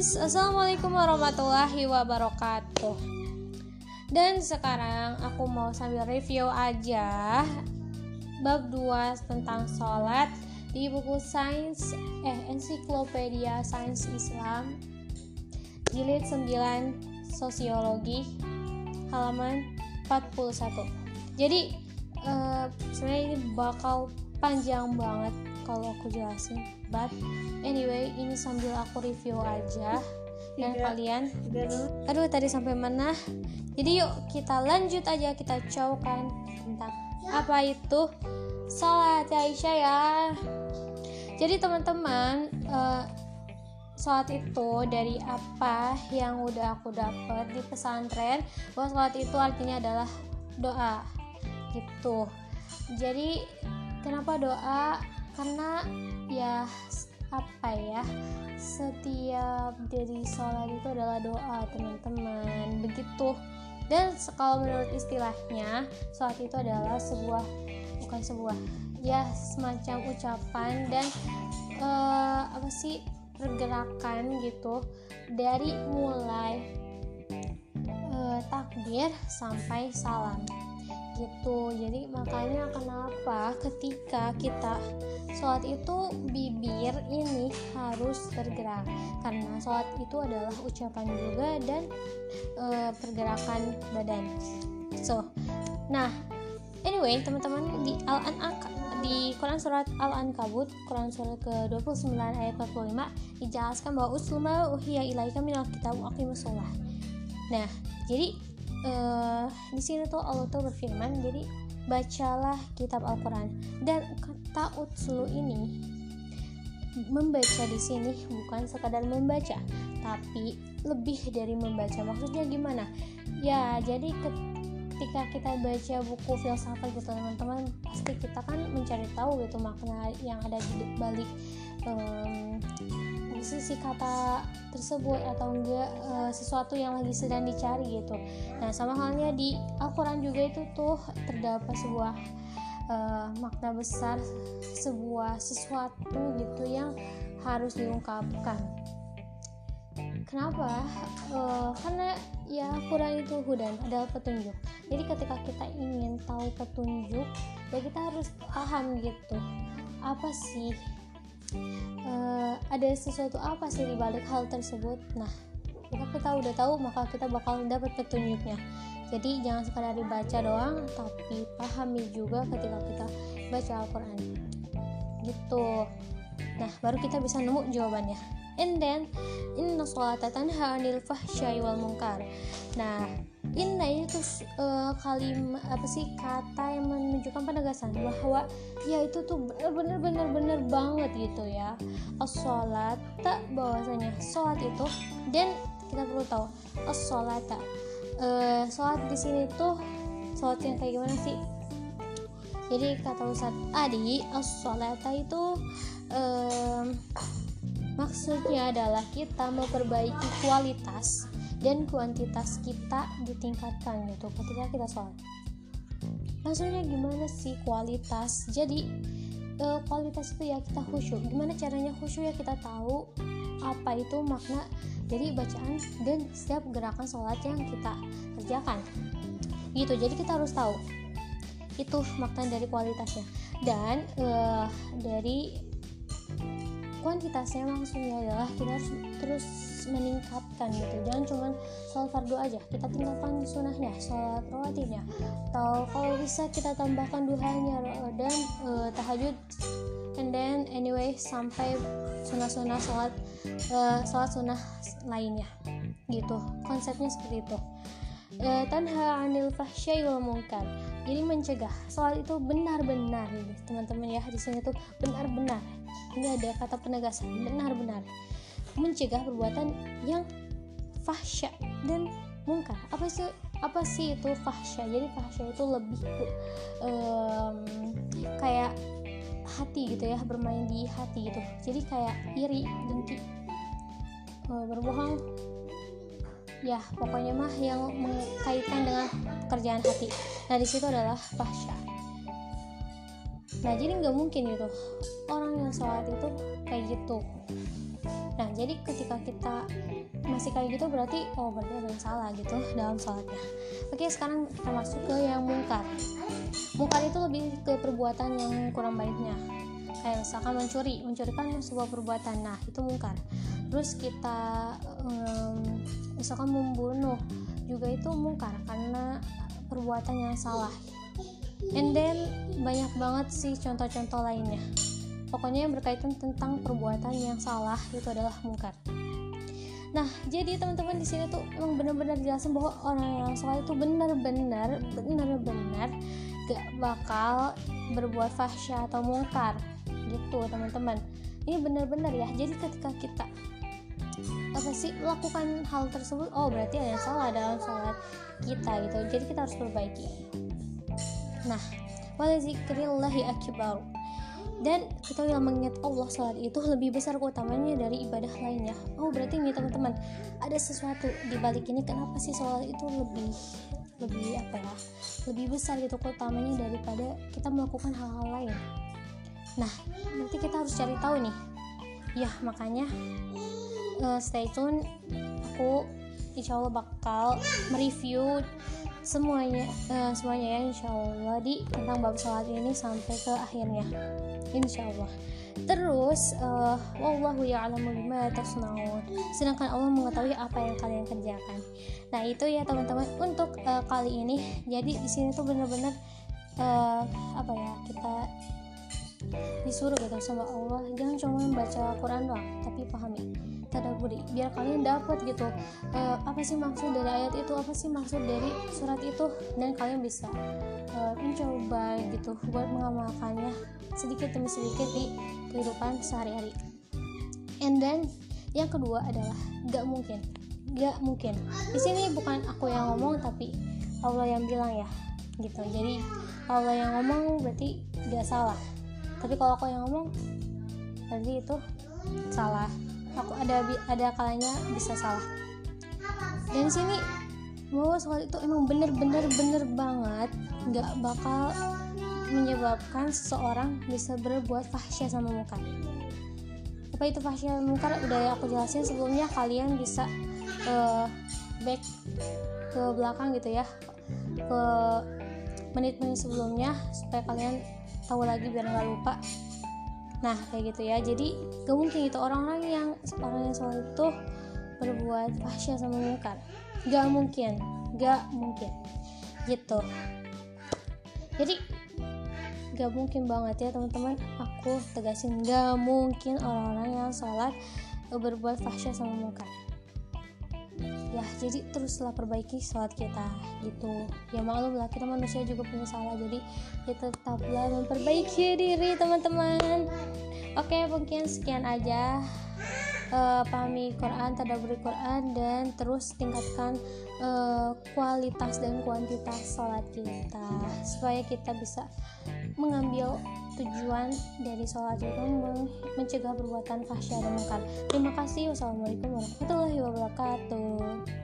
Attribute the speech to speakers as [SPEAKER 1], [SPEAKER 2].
[SPEAKER 1] guys, assalamualaikum warahmatullahi wabarakatuh. Dan sekarang aku mau sambil review aja bab 2 tentang sholat di buku Ensiklopedia Sains Islam jilid 9 Sosiologi halaman 41. Jadi sebenarnya ini bakal panjang banget kalau aku jelasin, but anyway, ini sambil aku review aja dan kalian tadi sampai mana. Jadi yuk kita lanjut aja, kita cowokkan tentang apa itu sholat ya Aisyah ya. Jadi teman-teman, sholat itu dari apa yang udah aku dapat di pesantren, bahwa sholat itu artinya adalah doa gitu. Jadi kenapa doa? Karena setiap dari sholat itu adalah doa teman-teman, begitu. Dan kalau menurut istilahnya, sholat itu adalah semacam ucapan dan pergerakan gitu, dari mulai takbir sampai salam gitu. Jadi makanya kenapa ketika kita sholat itu bibir ini harus bergerak, karena sholat itu adalah ucapan juga dan pergerakan badan. Anyway teman-teman, di Quran surat Al-Ankabut, Quran surat ke-29 ayat 45 dijelaskan bahwa usluma uhiya ilaika minal kitab wa aqimus shalah. Nah, jadi di sini tuh Allah tuh berfirman, jadi bacalah kitab Al-Quran. Dan kata utslu ini, membaca di sini bukan sekadar membaca, tapi lebih dari membaca. Maksudnya gimana? Ya, jadi ketika kita baca buku filsafat gitu teman-teman, pasti kita kan mencari tahu gitu makna yang ada di balik sisi kata tersebut, atau enggak sesuatu yang lagi sedang dicari gitu. Nah, sama halnya di Al-Quran juga itu tuh terdapat sebuah makna besar, sesuatu gitu yang harus diungkapkan. Kenapa? Karena ya Quran itu hudan, adalah petunjuk. Jadi ketika kita ingin tahu petunjuk, ya kita harus paham gitu, apa sih ada sesuatu apa sih di balik hal tersebut. Nah, ketika kita udah tahu, maka kita bakal dapat petunjuknya. Jadi jangan sekadar dibaca doang, tapi pahami juga ketika kita baca Al-Quran gitu. Nah, baru kita bisa nemu jawabannya. And then inna sholata tanha 'anil fahsya'i wal munkar. Nah, inna itu kata yang menunjukkan penegasan bahwa ya itu tuh benar banget gitu ya. As-sholata, bahwasanya sholat itu, dan kita perlu tahu as-sholata, sholat di sini tuh sholat yang kayak gimana sih? Jadi kata Ustaz Adi, as-sholata itu maksudnya adalah kita memperbaiki kualitas dan kuantitas kita ditingkatkan gitu ketika kita sholat. Maksudnya gimana sih kualitas? Jadi kualitas itu ya kita khusyuk. Gimana caranya khusyuk? Ya kita tahu apa itu makna dari bacaan dan setiap gerakan sholat yang kita kerjakan gitu. Jadi kita harus tahu itu makna dari kualitasnya. Dan dari kuantitasnya maksudnya adalah kita harus terus meningkatkan gitu. Jangan cuma sholat fardu aja, kita tinggalkan sunnahnya, sholat rawatibnya, atau kalau bisa kita tambahkan duhanya dan tahajud, and then anyway sampai sunnah-sunnah sholat sunnah lainnya gitu. Konsepnya seperti itu. Tanha 'anil fahsya'i wal munkar. Jadi mencegah. Sholat itu benar-benar ini teman-teman ya, di sini tuh benar-benar. Ini ada kata penegasan, benar-benar mencegah perbuatan yang fahsya dan munkar. Apa sih itu fahsya? Jadi fahsya itu lebih ke kayak hati gitu ya, bermain di hati gitu. Jadi kayak iri, dengki, berbohong, ya pokoknya mah yang mengkaitkan dengan pekerjaan hati. Nah, di situ adalah fahsya. Nah, jadi nggak mungkin gitu orang yang sholat itu kayak gitu. Nah, jadi ketika kita masih kayak gitu berarti ada yang salah gitu dalam sholatnya. Oke, sekarang kita masuk ke yang mungkar. Mungkar itu lebih ke perbuatan yang kurang baiknya. Kayak misalkan mencuri kan sebuah perbuatan. Nah, itu mungkar. Terus kita misalkan membunuh juga itu mungkar karena perbuatan yang salah. And then banyak banget sih contoh-contoh lainnya. Pokoknya yang berkaitan tentang perbuatan yang salah itu adalah mungkar. Nah, jadi teman-teman di sini tuh emang benar-benar jelasin bahwa orang yang sholat itu benar-benar gak bakal berbuat fahsya atau mungkar gitu teman-teman. Ini benar-benar ya. Jadi ketika kita melakukan hal tersebut, berarti ada yang salah dalam sholat kita gitu. Jadi kita harus perbaiki. Nah, wala zikrillahi akbar. Dan kita yang mengingat Allah, sholat itu lebih besar keutamanya dari ibadah lainnya. Berarti nih teman-teman, ada sesuatu di balik ini. Kenapa sih sholat itu lebih besar gitu keutamanya daripada kita melakukan hal-hal lain. Nah, nanti kita harus cari tahu nih. Ya, makanya stay tune. Aku insya Allah bakal mereview semuanya ya insya Allah di tentang bab sholat ini sampai ke akhirnya insya Allah. Terus wallahu ya'lamu bima tasnaun, sedangkan Allah mengetahui apa yang kalian kerjakan. Nah, itu ya teman-teman untuk kali ini. Jadi di sini tuh benar-benar kita disuruh gitu sama Allah, jangan cuma baca Quran doang, tapi pahami, tadabburi, biar kalian dapat gitu apa sih maksud dari ayat itu, apa sih maksud dari surat itu, dan kalian bisa mencoba gitu buat mengamalkannya sedikit demi sedikit di kehidupan sehari-hari. And then yang kedua adalah gak mungkin. Di sini bukan aku yang ngomong tapi Allah yang bilang ya gitu. Jadi Allah yang ngomong berarti gak salah. Tapi kalau aku yang ngomong berarti itu salah. Aku ada kalanya bisa salah. Dan di sini bahwa sholat itu emang bener banget gak bakal menyebabkan seseorang bisa berbuat fahsya sama mungkar. Apa itu fahsya sama mungkar udah aku jelasin sebelumnya, kalian bisa back ke belakang gitu ya, ke menit-menit sebelumnya supaya kalian tahu lagi biar nggak lupa. Nah, kayak gitu ya. Jadi gak mungkin gitu orang yang sholat itu berbuat fahsya sama mungkar. Gak mungkin gitu. Jadi gak mungkin banget ya teman-teman, aku tegasin gak mungkin orang-orang yang sholat berbuat fahsya sama mungkar. Ya, jadi teruslah perbaiki sholat kita gitu. Ya maklumlah kita manusia juga punya salah, jadi kita tetaplah memperbaiki diri teman-teman. Oke, mungkin sekian aja. Pahami Quran, tadabburi Quran, dan terus tingkatkan kualitas dan kuantitas sholat kita supaya kita bisa mengambil tujuan dari sholat itu mencegah perbuatan fahsya dan mungkar. Terima kasih. Wassalamualaikum warahmatullahi wabarakatuh.